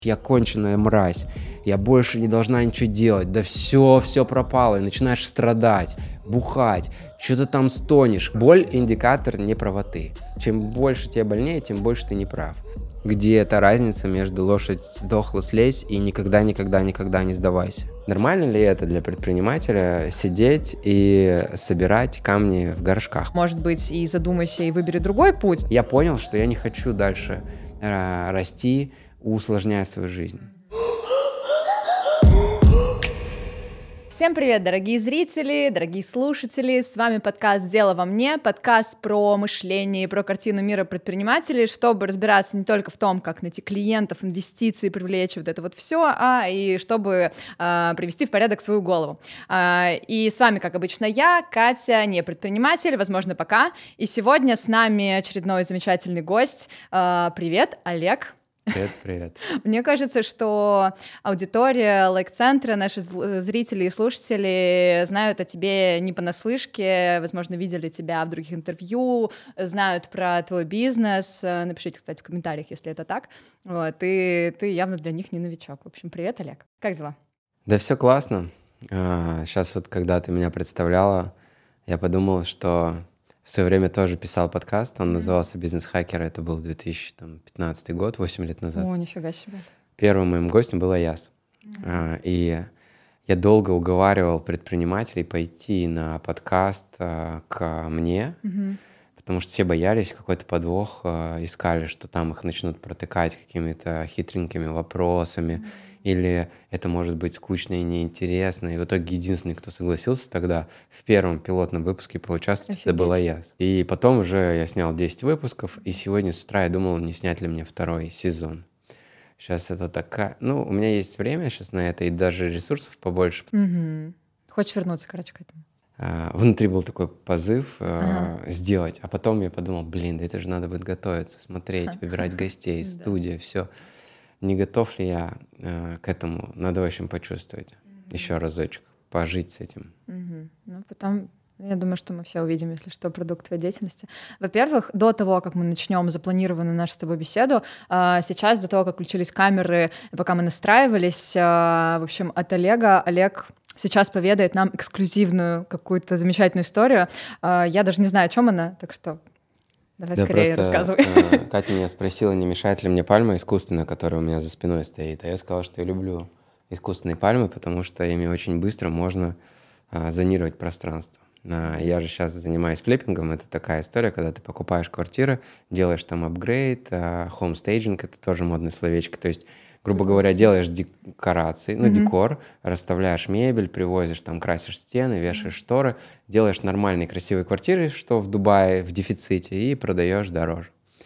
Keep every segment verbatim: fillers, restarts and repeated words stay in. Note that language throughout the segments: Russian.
Я конченая мразь, я больше не должна ничего делать, да все, все пропало, и начинаешь страдать, бухать, что-то там стонешь. Боль – индикатор неправоты. Чем больше тебе больнее, тем больше ты не прав. Где эта разница между лошадь дохла слезь и никогда-никогда-никогда не сдавайся? Нормально ли это для предпринимателя сидеть и собирать камни в горшках? Может быть, и задумайся, и выбери другой путь. Я понял, что я не хочу дальше э, расти, усложняя свою жизнь. Всем привет, дорогие зрители, дорогие слушатели, с вами подкаст «Дело во мне», подкаст про мышление и про картину мира предпринимателей, чтобы разбираться не только в том, как найти клиентов, инвестиции, привлечь вот это вот все, а и чтобы э, привести в порядок свою голову. Э, и с вами, как обычно, я, Катя, не предприниматель, возможно, пока, и сегодня с нами очередной замечательный гость. Э, привет, Олег. Привет, привет. Мне кажется, что аудитория лайк-центра, наши зрители и слушатели знают о тебе не понаслышке, возможно, видели тебя в других интервью, знают про твой бизнес. Напишите, кстати, в комментариях, если это так. Вот, и ты явно для них не новичок. В общем, привет, Олег. Как дела? Да все классно. Сейчас вот, когда ты меня представляла, я подумал, что в свое время тоже писал подкаст, он mm-hmm. назывался «Бизнес-хакер», это был две тысячи пятнадцатый год, восемь лет назад. О, нифига себе. Первым моим гостем был Аяс. Mm-hmm. И я долго уговаривал предпринимателей пойти на подкаст к мне, mm-hmm. потому что все боялись, какой-то подвох искали, что там их начнут протыкать какими-то хитренькими вопросами, mm-hmm. или это может быть скучно и неинтересно. И в итоге единственный, кто согласился тогда в первом пилотном выпуске поучаствовать, Офигеть. Это был Аяс. И потом уже я снял десять выпусков, и сегодня с утра я думал, не снять ли мне второй сезон. Сейчас это такая... Ну, у меня есть время сейчас на это, и даже ресурсов побольше. Угу. Хочешь вернуться, короче, к этому? А, внутри был такой позыв а, ага. сделать, а потом я подумал, блин, да это же надо будет готовиться, смотреть, выбирать гостей, студия, все. Не готов ли я э, к этому? Надо, в общем, почувствовать mm-hmm. еще разочек, пожить с этим. Mm-hmm. Ну, потом, я думаю, что мы все увидим, если что, продукт твоей деятельности. Во-первых, до того, как мы начнем запланированную нашу с тобой беседу, э, сейчас, до того, как включились камеры, пока мы настраивались, э, в общем, от Олега, Олег сейчас поведает нам эксклюзивную какую-то замечательную историю. Э, я даже не знаю, о чем она, так что... Давай да скорее просто, рассказывай. Э, Катя меня спросила, не мешает ли мне пальма искусственная, которая у меня за спиной стоит. А я сказал, что я люблю искусственные пальмы, потому что ими очень быстро можно э, зонировать пространство. А, я же сейчас занимаюсь флиппингом. Это такая история, когда ты покупаешь квартиры, делаешь там апгрейд, э, хомстейджинг — это тоже модное словечко. То есть, грубо говоря, делаешь декорации, ну, mm-hmm. декор, расставляешь мебель, привозишь, там, красишь стены, вешаешь mm-hmm. шторы, делаешь нормальные красивые квартиры, что в Дубае в дефиците, и продаешь дороже.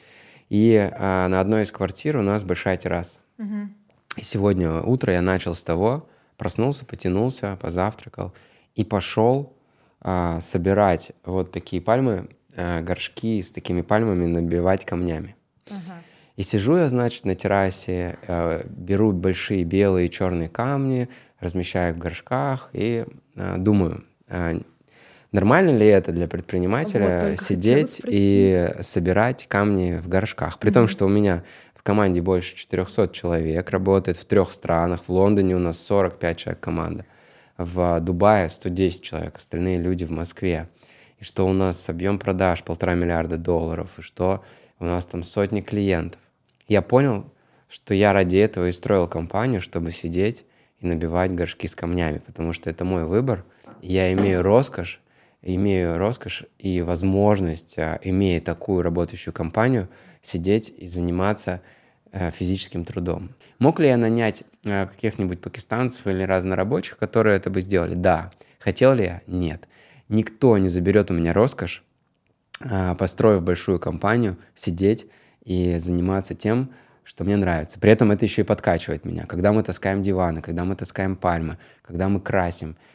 И а, на одной из квартир у нас большая терраса. Mm-hmm. И сегодня утро я начал с того, проснулся, потянулся, позавтракал и пошел а, собирать вот такие пальмы, а, горшки с такими пальмами набивать камнями. Uh-huh. И сижу я, значит, на террасе, э, беру большие белые и черные камни, размещаю в горшках и э, думаю, э, нормально ли это для предпринимателя вот сидеть и собирать камни в горшках. При mm-hmm. том, что у меня в команде больше четыреста человек, работает в трех странах, в Лондоне у нас сорок пять человек команда, в Дубае сто десять человек, остальные люди в Москве. И что у нас объем продаж полтора миллиарда долларов, и что у нас там сотни клиентов. Я понял, что я ради этого и строил компанию, чтобы сидеть и набивать горшки с камнями, потому что это мой выбор. Я имею роскошь, имею роскошь и возможность, имея такую работающую компанию, сидеть и заниматься физическим трудом. Мог ли я нанять каких-нибудь пакистанцев или разнорабочих, которые это бы сделали? Да. Хотел ли я? Нет. Никто не заберет у меня роскошь, построив большую компанию, сидеть и заниматься тем, что мне нравится. При этом это еще и подкачивает меня. Когда мы таскаем диваны, когда мы таскаем пальмы, когда мы красим,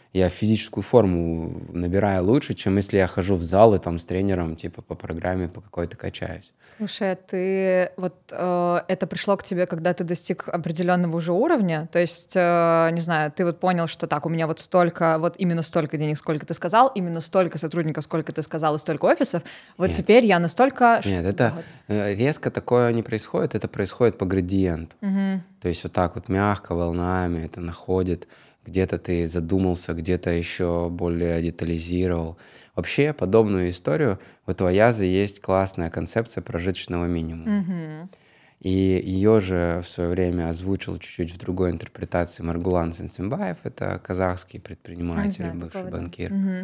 я физическую форму набираю лучше, чем если я хожу в зал и там с тренером типа по программе по какой-то качаюсь. Слушай, а ты вот э, это пришло к тебе, когда ты достиг определенного уже уровня? То есть, э, не знаю, ты вот понял, что так, у меня вот столько, вот именно столько денег, сколько ты сказал, именно столько сотрудников, сколько ты сказал, и столько офисов. Вот Нет. теперь я настолько... Нет, это э, резко такое не происходит, это происходит по градиенту. Угу. То есть вот так вот мягко, волнами это находит. Где-то ты задумался, где-то еще более детализировал. Вообще, подобную историю, вот у Аяза есть классная концепция прожиточного минимума. Угу. И ее же в свое время озвучил чуть-чуть в другой интерпретации Маргулан Сенсембаев, это казахский предприниматель, знаю бывший такого, да. банкир. Мгм.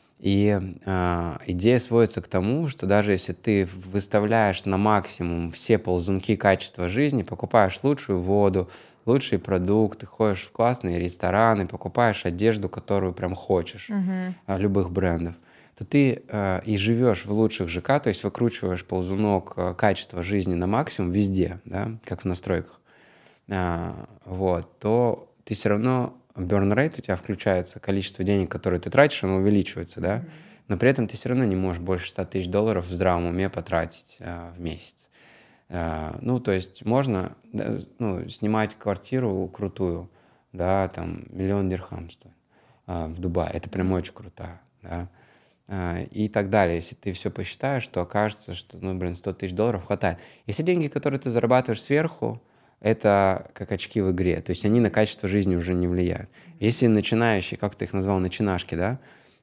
И а, идея сводится к тому, что даже если ты выставляешь на максимум все ползунки качества жизни, покупаешь лучшую воду, лучшие продукты, ходишь в классные рестораны, покупаешь одежду, которую прям хочешь, Мгм. а, любых брендов, то ты а, и живешь в лучших ЖК, то есть выкручиваешь ползунок а, качества жизни на максимум везде, да, как в настройках, а, вот, то ты все равно, burn rate у тебя включается, количество денег, которые ты тратишь, оно увеличивается, да, но при этом ты все равно не можешь больше ста тысяч долларов в здравом уме потратить а, в месяц. А, ну, то есть можно да, ну, снимать квартиру крутую, да, там миллион дирхам стоит а, в Дубае, это прям очень круто, да, а, и так далее. Если ты все посчитаешь, то окажется, что, ну, блин, сто тысяч долларов хватает. Если деньги, которые ты зарабатываешь сверху, это как очки в игре, то есть они на качество жизни уже не влияют. Если начинающие, как ты их назвал, начинашки, да,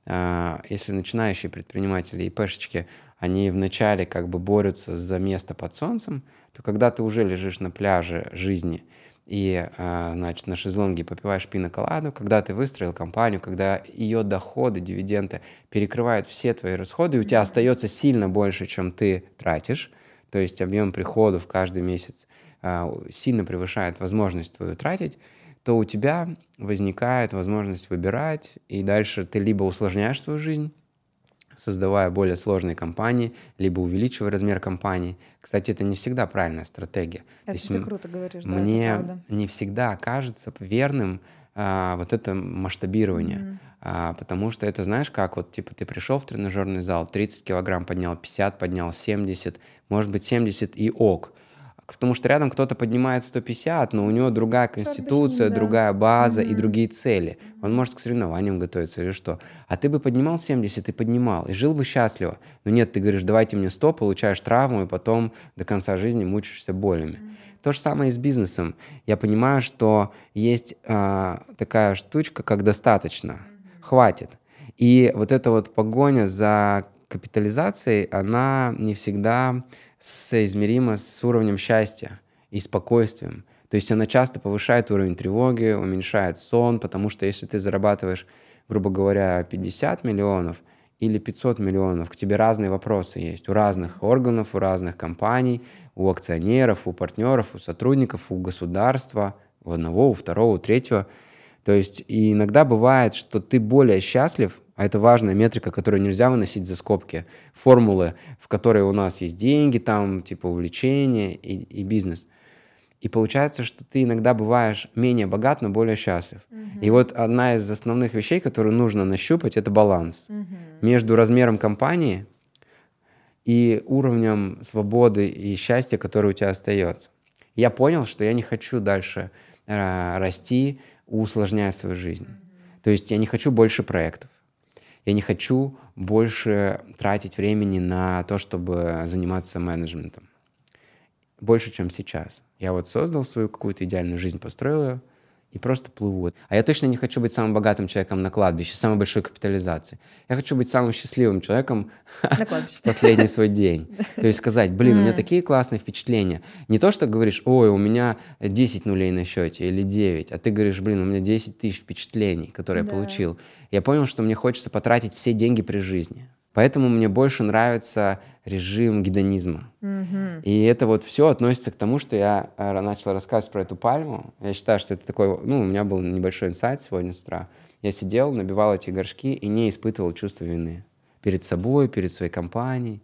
а, если начинающие предприниматели и пешечки, они вначале как бы борются за место под солнцем, то когда ты уже лежишь на пляже жизни и, а, значит, на шезлонге попиваешь пина-коладу, когда ты выстроил компанию, когда ее доходы, дивиденды перекрывают все твои расходы, и у тебя остается сильно больше, чем ты тратишь, то есть объем приходов каждый месяц а, сильно превышает возможность твою тратить, то у тебя возникает возможность выбирать, и дальше ты либо усложняешь свою жизнь, создавая более сложные компании, либо увеличивая размер компании. Кстати, это не всегда правильная стратегия. То Это есть ты м- круто говоришь, да, это мне правда. не всегда кажется верным а, вот это масштабирование, Мгм. а, потому что это, знаешь, как вот, типа, ты пришел в тренажерный зал, тридцать килограмм поднял, пятьдесят поднял, семьдесят, может быть, семьдесят и ок. Потому что рядом кто-то поднимает сто пятьдесят, но у него другая Всё объяснить, конституция, да. другая база и Мгм. другие цели. Он может к соревнованиям готовиться или что. А ты бы поднимал семьдесят и поднимал, и жил бы счастливо. Но нет, ты говоришь, давайте мне сто, получаешь травму, и потом до конца жизни мучаешься болями. То же самое и с бизнесом. Я понимаю, что есть а, такая штучка, как достаточно, хватит. И вот эта вот погоня за капитализацией, она не всегда соизмерима с уровнем счастья и спокойствием. То есть она часто повышает уровень тревоги, уменьшает сон, потому что если ты зарабатываешь, грубо говоря, пятьдесят миллионов или пятьсот миллионов, к тебе разные вопросы есть. У разных органов, у разных компаний, у акционеров, у партнеров, у сотрудников, у государства, у одного, у второго, у третьего. То есть и иногда бывает, что ты более счастлив, а это важная метрика, которую нельзя выносить за скобки, формулы, в которой у нас есть деньги, там типа увлечения и, и бизнес. И получается, что ты иногда бываешь менее богат, но более счастлив. И вот одна из основных вещей, которую нужно нащупать, это баланс между размером компании и уровнем свободы и счастья, который у тебя остается. Я понял, что я не хочу дальше э, расти, усложняя свою жизнь. То есть я не хочу больше проектов. Я не хочу больше тратить времени на то, чтобы заниматься менеджментом. Больше, чем сейчас. Я вот создал свою какую-то идеальную жизнь, построил ее и просто плыву. А я точно не хочу быть самым богатым человеком на кладбище, самой большой капитализацией. Я хочу быть самым счастливым человеком На кладбище. в последний свой день. То есть сказать, блин, у меня такие классные впечатления. Не то, что говоришь, ой, у меня десять нулей на счете или девять, а ты говоришь, блин, у меня десять тысяч впечатлений, которые я Да. получил. Я понял, что мне хочется потратить все деньги при жизни. Поэтому мне больше нравится режим гедонизма. Мгм. И это вот все относится к тому, что я э, начал рассказывать про эту пальму. Я считаю, что это такой, ну, у меня был небольшой инсайт сегодня с утра. Я сидел, набивал эти горшки и не испытывал чувства вины перед собой, перед своей компанией.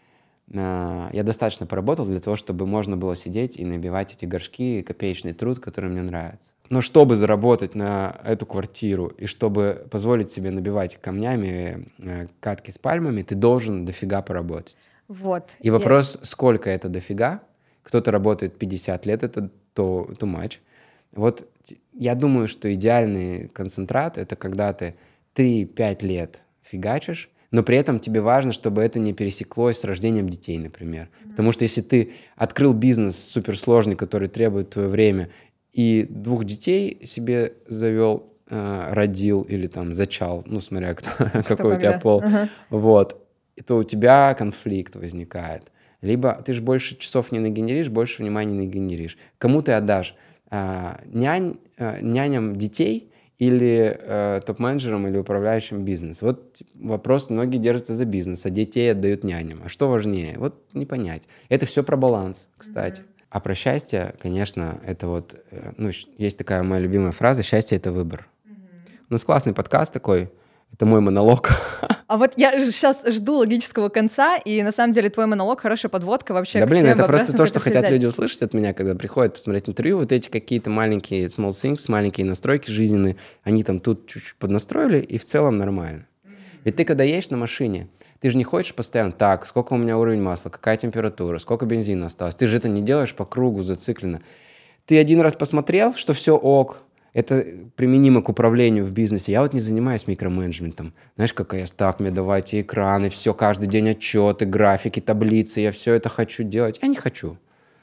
А, Я достаточно поработал для того, чтобы можно было сидеть и набивать эти горшки, копеечный труд, который мне нравится. Но чтобы заработать на эту квартиру и чтобы позволить себе набивать камнями э, катки с пальмами, ты должен дофига поработать. Вот. И вопрос, я... сколько это дофига? Кто-то работает пятьдесят лет, это too, too much. Вот я думаю, что идеальный концентрат — это когда ты три-пять лет фигачишь, но при этом тебе важно, чтобы это не пересеклось с рождением детей, например. Mm-hmm. Потому что если ты открыл бизнес суперсложный, который требует твое время, и двух детей себе завел, э, родил или там зачал, ну, смотря кто, какой у тебя пол, uh-huh. вот, то у тебя конфликт возникает. Либо ты же больше часов не нагенеришь, больше внимания не генеришь. Кому ты отдашь? Э, нянь, э, няням детей или э, топ-менеджерам или управляющим бизнес? Вот вопрос, многие держатся за бизнес, а детей отдают няням. А что важнее? Вот не понять. Это все про баланс, кстати. Mm-hmm. А про счастье, конечно, это вот, ну, есть такая моя любимая фраза: счастье — это выбор. Mm-hmm. У нас классный подкаст такой, это мой монолог. А вот я сейчас жду логического конца, и на самом деле твой монолог — хорошая подводка вообще да, к блин, тем это вопросам, просто то, что хотят взять. люди услышать от меня, когда приходят посмотреть интервью. Вот эти какие-то маленькие small things, маленькие настройки жизненные, они там тут чуть-чуть поднастроили, и в целом нормально. Mm-hmm. Ведь ты, когда едешь на машине, ты же не хочешь постоянно: так, сколько у меня уровень масла, какая температура, сколько бензина осталось. Ты же это не делаешь по кругу зацикленно. Ты один раз посмотрел, что все ок, это применимо к управлению в бизнесе. Я вот не занимаюсь микроменеджментом. Знаешь, какая я, так, мне давайте экраны, все, каждый день отчеты, графики, таблицы, я все это хочу делать. Я не хочу.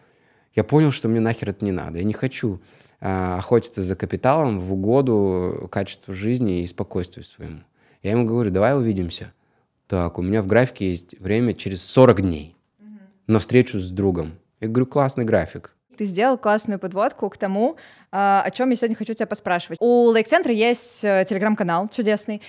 Я понял, что мне нахер это не надо. Я не хочу а, охотиться за капиталом в угоду качеству жизни и спокойствию своему. Я ему говорю: давай увидимся. Так, у меня в графике есть время через сорок дней mm-hmm. на встречу с другом. Я говорю: классный график. Ты сделал классную подводку к тому, о чем я сегодня хочу тебя поспрашивать. У Лейк-центра есть телеграм-канал чудесный,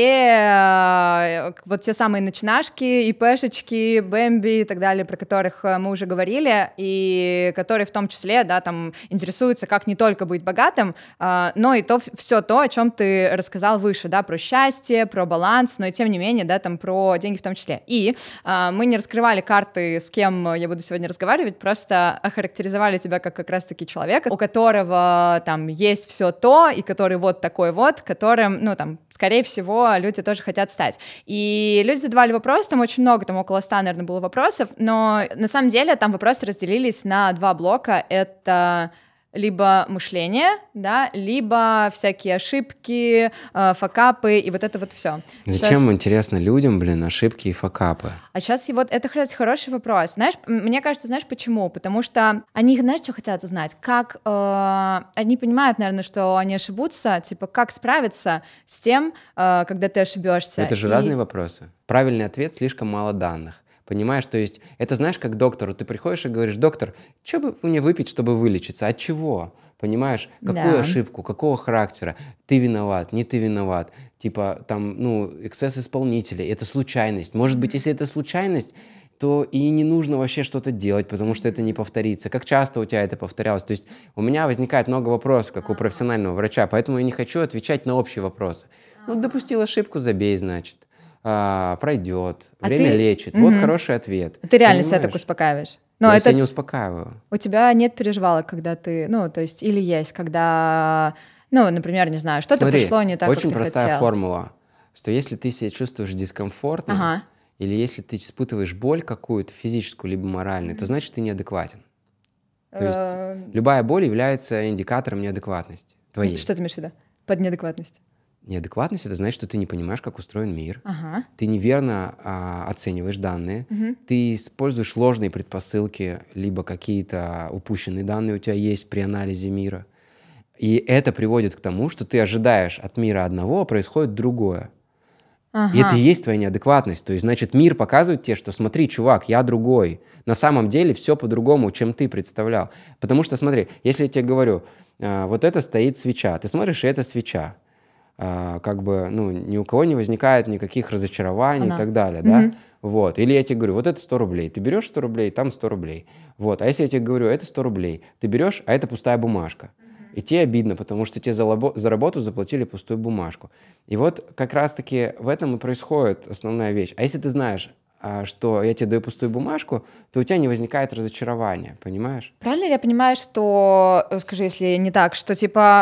где вот те самые начинашки, ИПшечки, Бэмби и так далее, про которых мы уже говорили, и которые в том числе, да, там интересуются, как не только быть богатым, но и то, все то, о чем ты рассказал выше, да, про счастье, про баланс, но и тем не менее, да, там про деньги в том числе. И мы не раскрывали карты, с кем я буду сегодня разговаривать, просто охарактеризовали тебя как как раз-таки человека, у которого там есть все то, и который вот такой вот, которым, ну, там, скорее всего, люди тоже хотят стать. И люди задавали вопросы, там очень много, там около ста, наверное, было вопросов, но на самом деле там вопросы разделились на два блока. Это либо мышление, да, либо всякие ошибки, э, факапы и вот это вот все. Зачем, сейчас... интересно, людям, блин, ошибки и факапы? А сейчас и вот это, кстати, хороший вопрос. Знаешь, мне кажется, знаешь почему? Потому что они, знаешь, что хотят узнать? Как э, они понимают, наверное, что они ошибутся, типа, как справиться с тем, э, когда ты ошибешься. Это же и... разные вопросы. Правильный ответ — слишком мало данных. Понимаешь, то есть это, знаешь, как к доктору. Ты приходишь и говоришь: доктор, что бы мне выпить, чтобы вылечиться? От чего? Понимаешь, какую да. ошибку, какого характера? Ты виноват, не ты виноват. Типа там, ну, эксцесс исполнителя, это случайность. Может быть, если это случайность, то и не нужно вообще что-то делать, потому что это не повторится. Как часто у тебя это повторялось? То есть у меня возникает много вопросов, как у профессионального врача, поэтому я не хочу отвечать на общие вопросы. Ну, допустил ошибку, забей, значит. А, пройдет, а время ты... лечит. Mm-hmm. Вот хороший ответ. Ты реально себя так успокаиваешь? Но я это... себя не успокаиваю. У тебя нет переживалок, когда ты, ну, то есть, или есть, когда, ну, например, не знаю, что-то Смотри, пошло не так, очень как ты простая хотел. формула, что если ты себя чувствуешь дискомфортно, ага. или если ты испытываешь боль какую-то, физическую либо моральную, mm-hmm. то значит, ты неадекватен. То есть любая боль является индикатором неадекватности твоей. Что ты имеешь в виду под неадекватностью? Неадекватность — это значит, что ты не понимаешь, как устроен мир, ага. ты неверно а, оцениваешь данные, угу. ты используешь ложные предпосылки, либо какие-то упущенные данные у тебя есть при анализе мира. И это приводит к тому, что ты ожидаешь от мира одного, а происходит другое. Ага. И это и есть твоя неадекватность. То есть, значит, мир показывает тебе, что смотри, чувак, я другой. На самом деле все по-другому, чем ты представлял. Потому что, смотри, если я тебе говорю, а, вот это стоит свеча, ты смотришь, и это свеча. Uh, как бы, ну, ни у кого не возникает никаких разочарований Она. и так далее, да, mm-hmm. вот, или я тебе говорю, вот это сто рублей, ты берешь сто рублей, там сто рублей, вот, а если я тебе говорю, это сто рублей, ты берешь, а это пустая бумажка, mm-hmm. и тебе обидно, потому что тебе за, лабо- за работу заплатили пустую бумажку, и вот как раз-таки в этом и происходит основная вещь, а если ты знаешь что я тебе даю пустую бумажку, то у тебя не возникает разочарования, понимаешь? Правильно ли я понимаю, что, скажи, если не так, что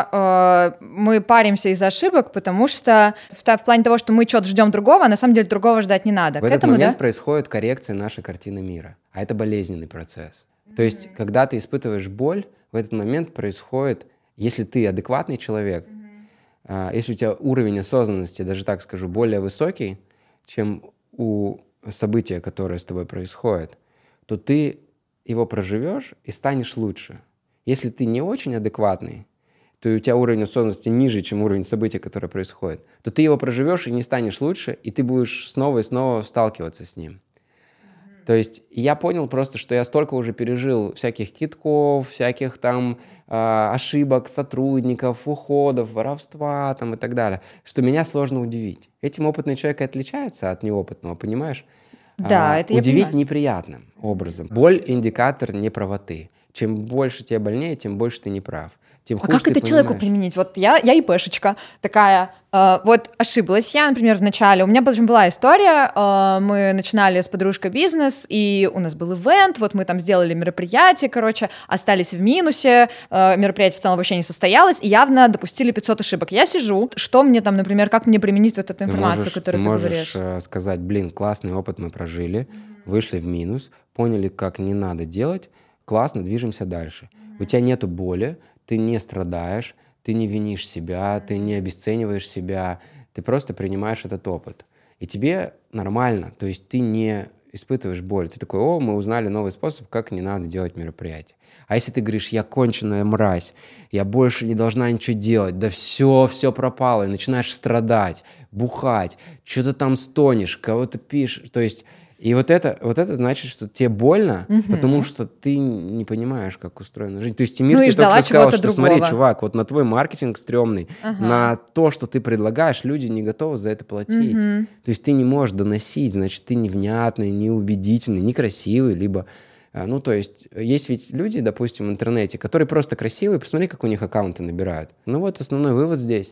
типа э, мы паримся из-за ошибок, потому что в, в плане того, что мы что-то ждем другого, а на самом деле другого ждать не надо. В К этот этому, момент да? происходит коррекция нашей картины мира, а это болезненный процесс. Mm-hmm. То есть, когда ты испытываешь боль, в этот момент происходит, если ты адекватный человек, mm-hmm. э, если у тебя уровень осознанности, даже так скажу, более высокий, чем у события, которое с тобой происходит, то ты его проживешь и станешь лучше. Если ты не очень адекватный, то у тебя уровень осознанности ниже, чем уровень события, которое происходит, то ты его проживешь и не станешь лучше, и ты будешь снова и снова сталкиваться с ним. Mm-hmm. То есть я понял просто, что я столько уже пережил всяких кидков, всяких там э, ошибок сотрудников, уходов, воровства там, и так далее, что меня сложно удивить. Этим опытный человек и отличается от неопытного, понимаешь? Да, а, это я удивить понимаю. Неприятным образом. Боль – индикатор неправоты. Чем больше тебе больнее, тем больше ты неправ. Тем а хуже как ты это понимаешь. человеку применить? Вот я, я ИПшечка такая, э, вот ошиблась я, например, в начале. У меня в общем, была история, э, мы начинали с подружкой бизнес, и у нас был ивент, вот мы там сделали мероприятие, короче, остались в минусе, э, мероприятие в целом вообще не состоялось, и явно допустили пятьсот ошибок. Я сижу, что мне там, например, как мне применить вот эту информацию, можешь, которую ты, ты говоришь? можешь сказать, блин, классный опыт мы прожили, mm-hmm. вышли в минус, поняли, как не надо делать, классно, движемся дальше. Mm-hmm. У тебя нету боли, ты не страдаешь, ты не винишь себя, mm-hmm. ты не обесцениваешь себя, ты просто принимаешь этот опыт. И тебе нормально, то есть ты не испытываешь боль. Ты такой, о, мы узнали новый способ, как не надо делать мероприятие. А если ты говоришь, я конченая мразь, я больше не должна ничего делать, да все, все пропало, и начинаешь страдать, бухать, что-то там стонешь, кого-то пишешь, то есть... И вот это, вот это значит, что тебе больно, угу. потому что ты не понимаешь, как устроена жизнь. То есть мир ну тебе только что сказал, что другого. смотри, чувак, вот на твой маркетинг стрёмный, ага. на то, что ты предлагаешь, люди не готовы за это платить. Угу. То есть ты не можешь доносить, значит, ты невнятный, неубедительный, некрасивый, либо... Ну, то есть есть ведь люди, допустим, в интернете, которые просто красивые, посмотри, как у них аккаунты набирают. Ну вот основной вывод здесь,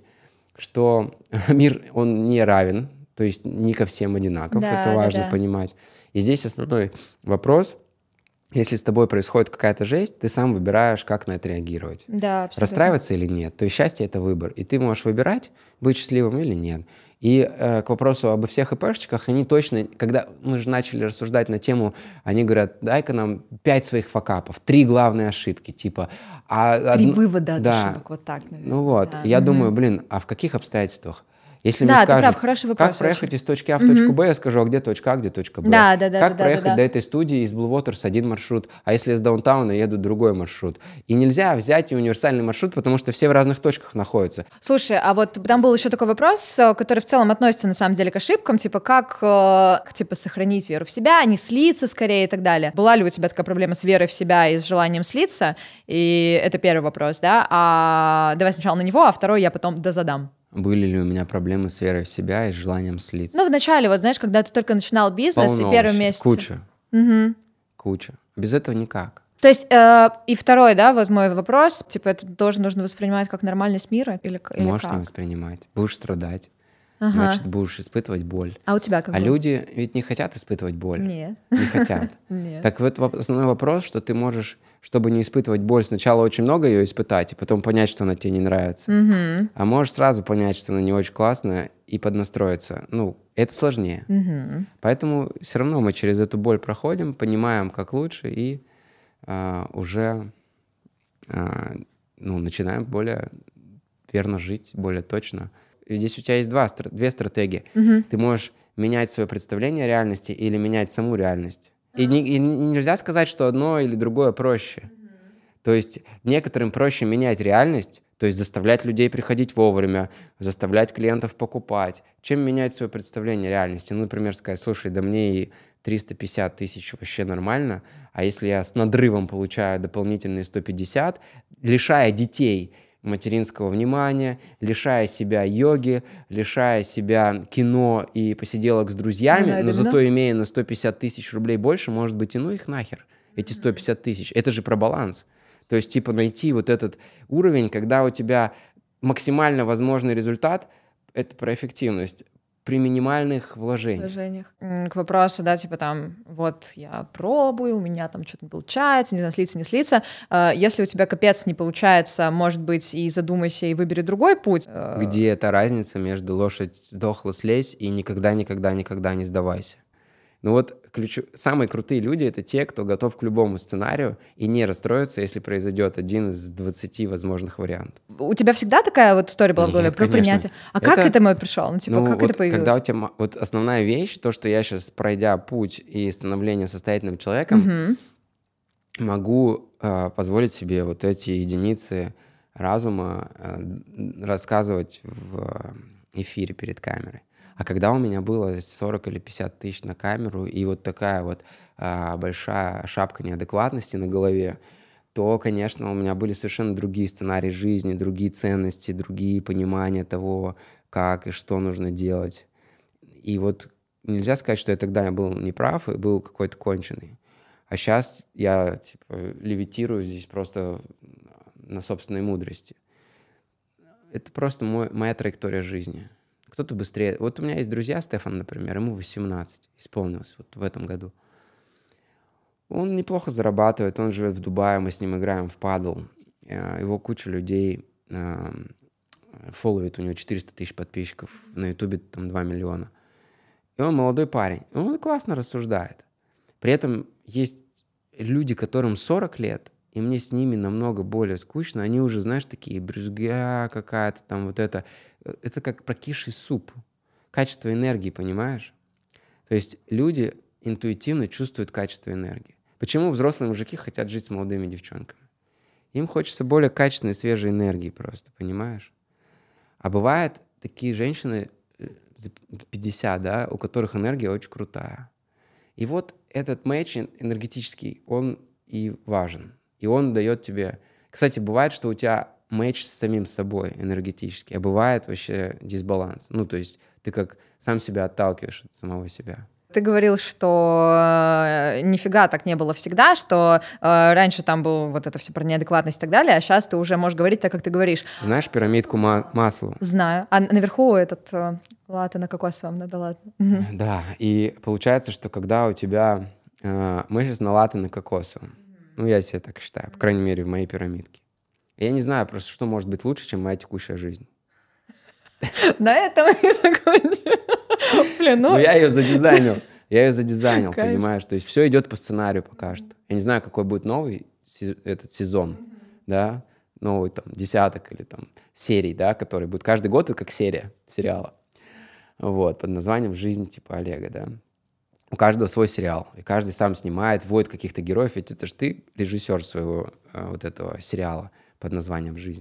что мир, он не равен, то есть не ко всем одинаков, да, это важно да, да. понимать. И здесь основной вопрос, если с тобой происходит какая-то жесть, ты сам выбираешь, как на это реагировать. Да, абсолютно. Расстраиваться или нет. То есть счастье – это выбор. И ты можешь выбирать, быть счастливым или нет. И э, к вопросу обо всех ИПшечках, они точно, когда мы же начали рассуждать на тему, они говорят, дай-ка нам пять своих факапов, три главные ошибки, типа... А, три од... вывода от да. ошибок, вот так, наверное. Ну вот, да. я угу. думаю, блин, а в каких обстоятельствах? Если да, мне скажут, прав, хороший вопрос, как проехать очень. из точки А в точку Б, я скажу, а где точка А, где точка Б? Да, да, да, как да, проехать да, да. до этой студии из Blue Waters один маршрут, а если из даунтауна еду другой маршрут? И нельзя взять и универсальный маршрут, потому что все в разных точках находятся. Слушай, а вот там был еще такой вопрос, который в целом относится на самом деле к ошибкам, типа как э, типа сохранить веру в себя, не слиться скорее и так далее. Была ли у тебя такая проблема с верой в себя и с желанием слиться? И это первый вопрос, да? А давай сначала на него, а второй я потом дозадам. Были ли у меня проблемы с верой в себя и с желанием слиться? Ну, вначале, вот знаешь, когда ты только начинал бизнес, Полно и первый вообще. месяц... Куча. Угу. Куча. Без этого никак. То есть, э, и второй, да, вот мой вопрос, типа, это тоже нужно воспринимать как нормальность мира? Или, или Можешь как? не воспринимать. Будешь страдать. Ага. Значит, будешь испытывать боль. А у тебя как А было? люди ведь не хотят испытывать боль. Нет. Не хотят. Нет. Так вот основной вопрос, что ты можешь, чтобы не испытывать боль, сначала очень много ее испытать, и потом понять, что она тебе не нравится. Угу. А можешь сразу понять, что она не очень классная, и поднастроиться. Ну, это сложнее. Угу. Поэтому все равно мы через эту боль проходим, понимаем, как лучше, и а, уже а, ну, начинаем более верно жить, более точно. И здесь у тебя есть два, две стратегии. Угу. Ты можешь менять свое представление о реальности или менять саму реальность. А. И, не, и нельзя сказать, что одно или другое проще. Угу. То есть некоторым проще менять реальность, то есть заставлять людей приходить вовремя, заставлять клиентов покупать, чем менять свое представление о реальности. Ну, например, сказать, слушай, да мне и триста пятьдесят тысяч вообще нормально, а если я с надрывом получаю дополнительные сто пятьдесят, лишая детей материнского внимания, лишая себя йоги, лишая себя кино и посиделок с друзьями, но, но зато имея на сто пятьдесят тысяч рублей больше, может быть, и ну их нахер, эти сто пятьдесят тысяч. Это же про баланс. То есть, типа, найти вот этот уровень, когда у тебя максимально возможный результат, это про эффективность. при минимальных вложениях. вложениях. К вопросу, да, типа там, вот я пробую, у меня там что-то не получается, не знаю, слиться, не слиться. Если у тебя капец не получается, может быть, и задумайся, и выбери другой путь. Где эта разница между лошадь сдохла, слезь и никогда-никогда-никогда не сдавайся? Ну вот ключ... самые крутые люди — это те, кто готов к любому сценарию и не расстроится, если произойдет один из двадцати возможных вариантов. У тебя всегда такая вот история была в голове про конечно. принятие? А это... как к этому пришел? Ну, типа, ну, как вот это появилось? Когда у тебя... Вот основная вещь, то, что я сейчас, пройдя путь и становление состоятельным человеком, угу. могу э, позволить себе вот эти единицы разума э, рассказывать в эфире перед камерой. А когда у меня было сорок или пятьдесят тысяч на камеру и вот такая вот а, большая шапка неадекватности на голове, то, конечно, у меня были совершенно другие сценарии жизни, другие ценности, другие понимания того, как и что нужно делать. И вот нельзя сказать, что я тогда был неправ и был какой-то конченый. А сейчас я типа левитирую здесь просто на собственной мудрости. Это просто мой, моя траектория жизни. Кто-то быстрее. Вот у меня есть друзья, Стефан, например, ему восемнадцать исполнилось вот в этом году. Он неплохо зарабатывает, он живет в Дубае, мы с ним играем в падл. Его куча людей фолловит, у него четыреста тысяч подписчиков, на Ютубе там два миллиона. И он молодой парень, и он классно рассуждает. При этом есть люди, которым сорок лет, и мне с ними намного более скучно. Они уже, знаешь, такие брюзга какая-то там вот это. Это как прокисший суп. Качество энергии, понимаешь? То есть люди интуитивно чувствуют качество энергии. Почему взрослые мужики хотят жить с молодыми девчонками? Им хочется более качественной, свежей энергии просто, понимаешь? А бывают такие женщины за пятьдесят, да, у которых энергия очень крутая. И вот этот матч энергетический, он и важен. И он дает тебе... Кстати, бывает, что у тебя матч с самим собой энергетически, а бывает вообще дисбаланс. Ну, то есть ты как сам себя отталкиваешь от самого себя. Ты говорил, что нифига так не было всегда, что э, раньше там было вот это все про неадекватность и так далее, а сейчас ты уже можешь говорить так, как ты говоришь. Знаешь пирамидку ма- Маслоу? Знаю. А наверху этот э, латте на кокосовом, да, да ладно. Да, и получается, что когда у тебя... Э, мы сейчас на латте на кокосовом. Ну, я себе так считаю, по крайней мере, в моей пирамидке. Я не знаю просто, что может быть лучше, чем моя текущая жизнь. На этом мы закончим. Блин, ну... ну, я ее задизайнил. Я ее задизайнил, Кайф. Понимаешь? То есть все идет по сценарию пока что. Я не знаю, какой будет новый этот сезон, да, новый там десяток или там серий, да, который будет каждый год, это как серия сериала. Вот, под названием «Жизнь типа Олега», да. У каждого свой сериал, и каждый сам снимает, вводит каких-то героев, ведь это же ты режиссер своего а, вот этого сериала под названием «Жизнь».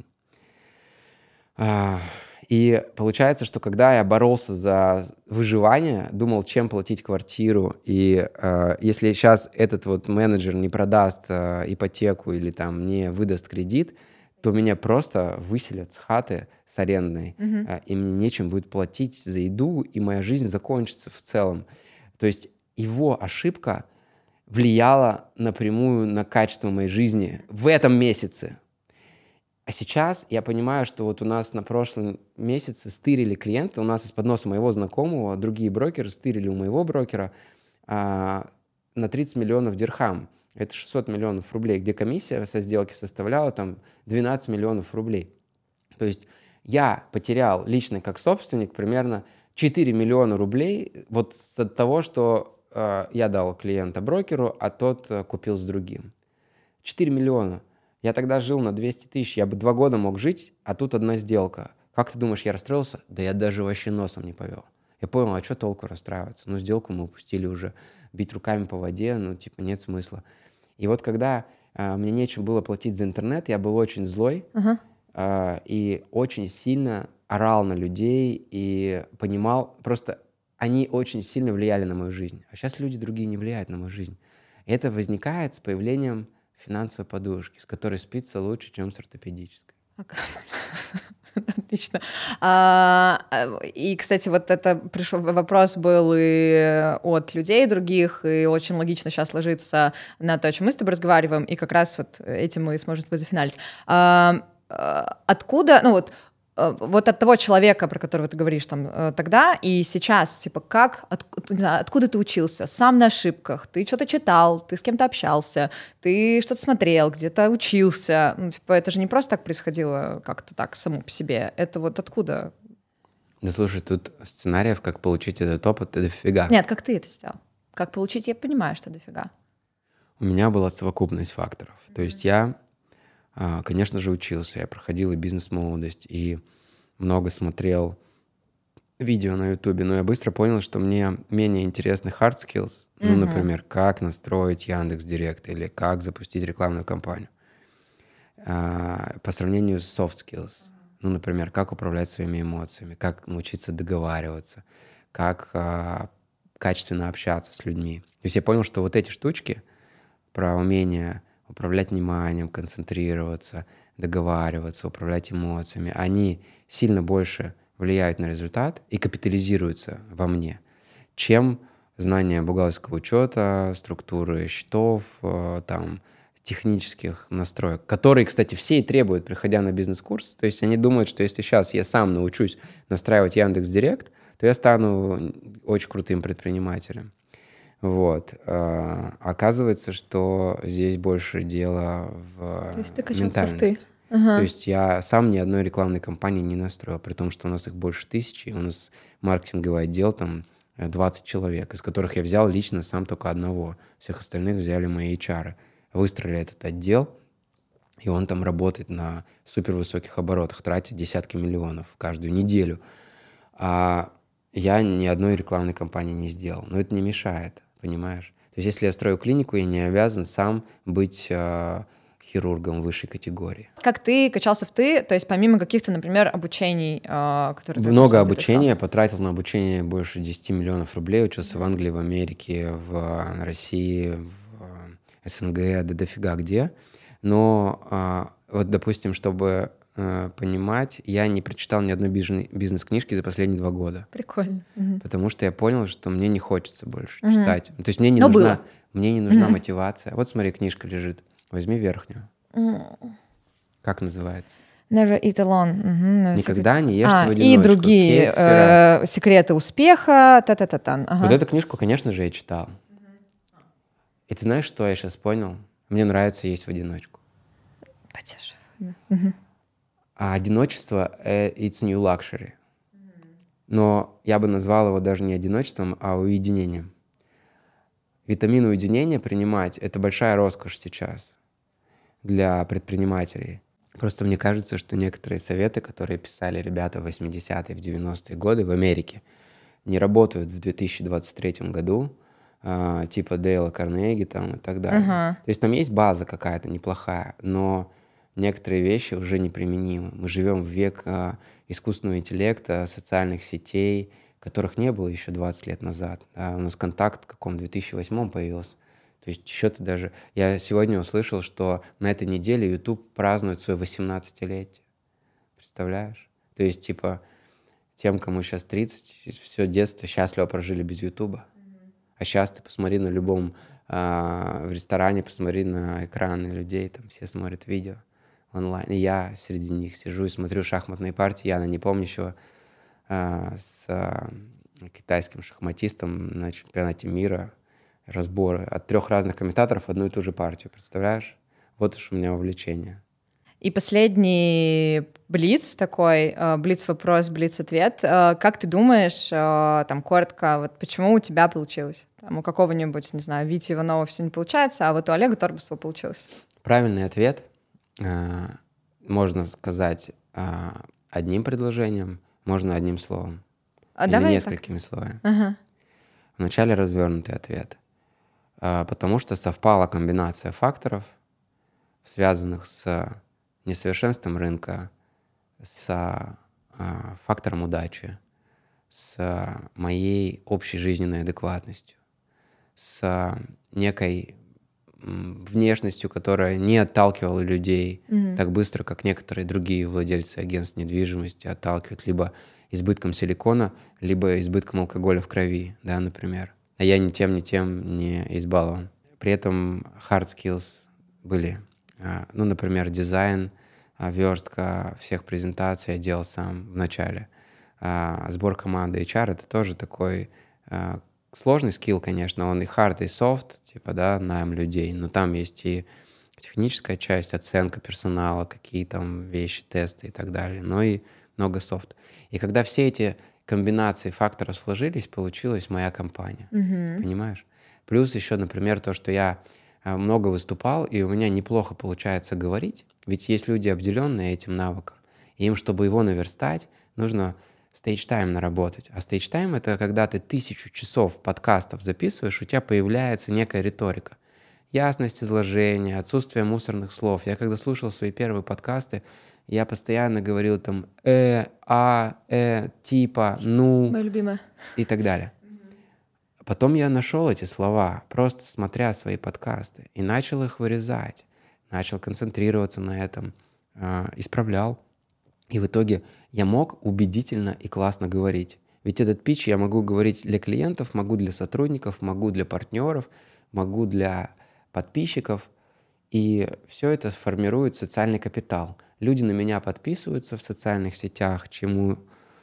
А, и получается, что когда я боролся за выживание, думал, чем платить квартиру, и а, если сейчас этот вот менеджер не продаст а, ипотеку или там не выдаст кредит, то меня просто выселят с хаты с арендной, mm-hmm. а, и мне нечем будет платить за еду, и моя жизнь закончится в целом. То есть его ошибка влияла напрямую на качество моей жизни в этом месяце. А сейчас я понимаю, что вот у нас на прошлом месяце стырили клиенты, у нас из-под носа моего знакомого другие брокеры стырили у моего брокера а, на тридцать миллионов дирхам. Это шестьсот миллионов рублей, где комиссия со сделки составляла там двенадцать миллионов рублей. То есть я потерял лично как собственник примерно четыре миллиона рублей вот от того, что э, я дал клиента брокеру, а тот э, купил с другим. четыре миллиона. Я тогда жил на двести тысяч, я бы два года мог жить, а тут одна сделка. Как ты думаешь, я расстроился? Да я даже вообще носом не повел. Я понял, а что толку расстраиваться? Ну, сделку мы упустили уже. Бить руками по воде, ну, типа, нет смысла. И вот когда э, мне нечем было платить за интернет, я был очень злой uh-huh. э, и очень сильно орал на людей и понимал, просто они очень сильно влияли на мою жизнь. А сейчас люди другие не влияют на мою жизнь. И это возникает с появлением финансовой подушки, с которой спится лучше, чем с ортопедической. Отлично. А, и, кстати, вот это пришел вопрос был и от людей других, и очень логично сейчас ложится на то, о чем мы с тобой разговариваем, и как раз вот этим мы сможем зафиналить. А, откуда, ну вот, вот от того человека, про которого ты говоришь там тогда и сейчас, типа, как, от, не знаю, откуда ты учился? Сам на ошибках, ты что-то читал, ты с кем-то общался, ты что-то смотрел, где-то учился. Ну, типа, это же не просто так происходило как-то так само по себе. Это вот откуда? Да слушай, тут сценариев, как получить этот опыт, дофига. Нет, как ты это сделал? Как получить, я понимаю, что дофига. У меня была совокупность факторов. Mm-hmm. То есть я, конечно же, учился, я проходил и бизнес-молодость, и много смотрел видео на Ютубе, но я быстро понял, что мне менее интересны hard skills, mm-hmm. ну, например, как настроить Яндекс.Директ или как запустить рекламную кампанию, по сравнению с soft skills. Ну, например, как управлять своими эмоциями, как научиться договариваться, как а, качественно общаться с людьми. То есть я понял, что вот эти штучки про умение управлять вниманием, концентрироваться, договариваться, управлять эмоциями, они сильно больше влияют на результат и капитализируются во мне, чем знание бухгалтерского учета, структуры счетов, там, технических настроек, которые, кстати, все и требуют, приходя на бизнес-курс. То есть они думают, что если сейчас я сам научусь настраивать Яндекс.Директ, то я стану очень крутым предпринимателем. Вот. А, оказывается, что здесь больше дело в то есть ты качал ментальности. Софты. Ага. То есть я сам ни одной рекламной кампании не настроил, при том, что у нас их больше тысячи, у нас маркетинговый отдел там двадцать человек, из которых я взял лично сам только одного. Всех остальных взяли мои эйч ар. Выстроили этот отдел, и он там работает на супервысоких оборотах, тратит десятки миллионов каждую неделю. А я ни одной рекламной кампании не сделал. Но это не мешает, понимаешь? То есть если я строю клинику, я не обязан сам быть э, хирургом высшей категории. Как ты качался в ты, то есть помимо каких-то, например, обучений, э, которые ты... Много обучения, я потратил на обучение больше десяти миллионов рублей, учился в Англии, в Америке, в России, в СНГ, да дофига где. Но а, вот, допустим, чтобы а, понимать, я не прочитал ни одной бизнес-книжки за последние два года. Прикольно. Угу. Потому что я понял, что мне не хочется больше угу. читать. То есть мне не Но нужна, было. мне не нужна угу. мотивация. Вот смотри, книжка лежит. Возьми верхнюю. Угу. Как называется? Never eat alone. Угу. Никогда не ешьте а, в одиночку. И другие э, секреты успеха. Та-та-та-та. Ага. Вот эту книжку, конечно же, я читал. И ты знаешь, что я сейчас понял? Мне нравится есть в одиночку. Поддерживаю. Угу. А одиночество — it's new luxury. Но я бы назвал его даже не одиночеством, а уединением. Витамин уединения принимать — это большая роскошь сейчас для предпринимателей. Просто мне кажется, что некоторые советы, которые писали ребята в восьмидесятые, в девяностые годы в Америке, не работают в две тысячи двадцать третьем году, типа Дейла Карнеги там и так далее. Uh-huh. То есть там есть база какая-то неплохая, но некоторые вещи уже неприменимы. Мы живем в век а, искусственного интеллекта, социальных сетей, которых не было еще двадцать лет назад. Да, у нас контакт в каком две тысячи восьмом появился. То есть еще-то даже... Я сегодня услышал, что на этой неделе YouTube празднует свое восемнадцатилетие. Представляешь? То есть типа тем, кому сейчас тридцать, все детство счастливо прожили без YouTube. А сейчас ты посмотри на любом э, в ресторане, посмотри на экраны людей, там все смотрят видео онлайн. И я среди них сижу и смотрю шахматные партии Яна Непомнящего э, с э, китайским шахматистом на чемпионате мира. Разборы от трех разных комментаторов одну и ту же партию, представляешь? Вот уж у меня увлечение. И последний блиц такой, блиц-вопрос, блиц-ответ. Как ты думаешь, там, коротко, вот почему у тебя получилось? Там, у какого-нибудь, не знаю, Вити Иванова все не получается, а вот у Олега Торбусова получилось? Правильный ответ можно сказать одним предложением, можно одним словом. А или давай несколькими так. словами. Ага. Вначале развернутый ответ. Потому что совпала комбинация факторов, связанных с несовершенством рынка, с а, фактором удачи, с моей общей жизненной адекватностью, с некой внешностью, которая не отталкивала людей mm-hmm. так быстро, как некоторые другие владельцы агентств недвижимости отталкивают либо избытком силикона, либо избытком алкоголя в крови, да, например. А я ни тем, ни тем не избалован. При этом hard skills были. Ну, например, дизайн, верстка всех презентаций я делал сам в начале. Сбор команды эйч ар — это тоже такой сложный скилл, конечно, он и hard, и soft, типа, да, найм людей, но там есть и техническая часть, оценка персонала, какие там вещи, тесты и так далее, но и много софт. И когда все эти комбинации факторов сложились, получилась моя компания, Mm-hmm. понимаешь? Плюс еще, например, то, что я много выступал, и у меня неплохо получается говорить, ведь есть люди, обделенные этим навыком, и им, чтобы его наверстать, нужно стейдж-тайм наработать. А стейдж-тайм — это когда ты тысячу часов подкастов записываешь, у тебя появляется некая риторика. Ясность изложения, отсутствие мусорных слов. Я когда слушал свои первые подкасты, я постоянно говорил там «э», «а», «э», «типа», «ну» Моя любимая. и так далее. Потом я нашел эти слова, просто смотря свои подкасты, и начал их вырезать, начал концентрироваться на этом, э, исправлял. И в итоге я мог убедительно и классно говорить. Ведь этот питч я могу говорить для клиентов, могу для сотрудников, могу для партнеров, могу для подписчиков. И все это формирует социальный капитал. Люди на меня подписываются в социальных сетях, чему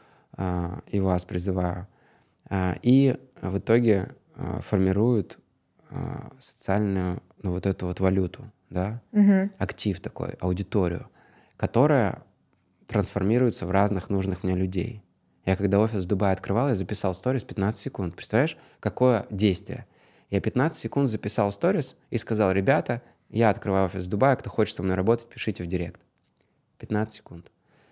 э, и вас призываю. Э, и в итоге э, формируют э, социальную, ну, вот эту вот валюту, да, Mm-hmm. актив такой, аудиторию, которая трансформируется в разных нужных мне людей. Я когда офис в Дубае открывал, я записал сторис пятнадцать секунд. Представляешь, какое действие? Я пятнадцать секунд записал сторис и сказал: ребята, я открываю офис в Дубае, кто хочет со мной работать, пишите в директ. пятнадцать секунд.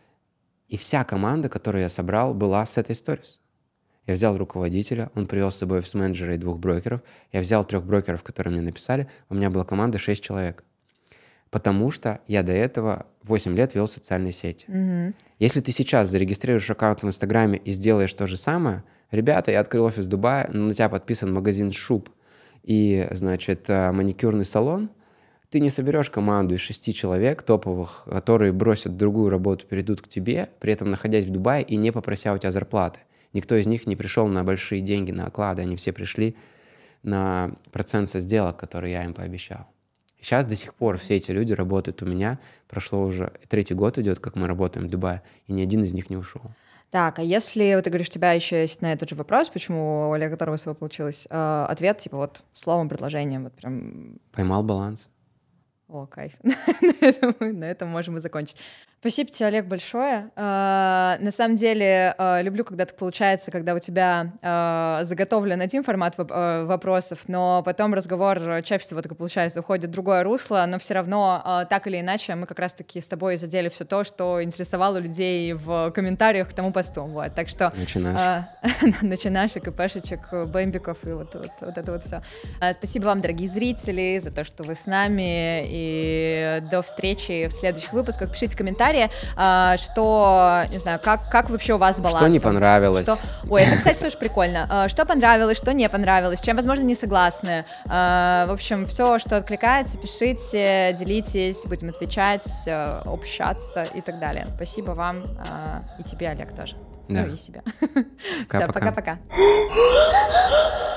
И вся команда, которую я собрал, была с этой сторис. Я взял руководителя, он привел с собой офис-менеджера и двух брокеров. Я взял трех брокеров, которые мне написали. У меня была команда шесть человек. Потому что я до этого восемь лет вел социальные сети. Mm-hmm. Если ты сейчас зарегистрируешь аккаунт в Инстаграме и сделаешь то же самое, ребята, я открыл офис в Дубае, на тебя подписан магазин шуб и, значит, маникюрный салон, ты не соберешь команду из шести человек топовых, которые бросят другую работу, перейдут к тебе, при этом находясь в Дубае и не попрося у тебя зарплаты. Никто из них не пришел на большие деньги, на оклады, они все пришли на процент со сделок, которые я им пообещал. Сейчас до сих пор все эти люди работают у меня. Прошло уже третий год идет, как мы работаем в Дубае, и ни один из них не ушел. Так, а если вот ты говоришь, у тебя еще есть на этот же вопрос, почему у Олега Которого получилось, э, ответ типа вот словом, предложением, вот прям... Поймал баланс. О, кайф. на, этом, на этом можем и закончить. Спасибо тебе, Олег, большое. Uh, на самом деле, uh, люблю, когда так получается, когда у тебя uh, заготовлен один формат воп- uh, вопросов, но потом разговор чаще всего так и получается, уходит в другое русло, но все равно, uh, так или иначе, мы как раз-таки с тобой задели все то, что интересовало людей в комментариях к тому посту. Вот. Так что... Начинашек. Uh, начинашек, ИПшечек, бэмбиков и вот, вот, вот это вот все. Uh, спасибо вам, дорогие зрители, за то, что вы с нами, и до встречи в следующих выпусках. Пишите комментарии, что, не знаю, как, как вообще у вас баланс. Что не понравилось. Что... Ой, это, кстати, тоже прикольно. Что понравилось, что не понравилось, чем, возможно, не согласны. В общем, все, что откликается, пишите, делитесь, будем отвечать, общаться и так далее. Спасибо вам и тебе, Олег, тоже. Да. Ну и себе. Пока-пока. Все, пока-пока.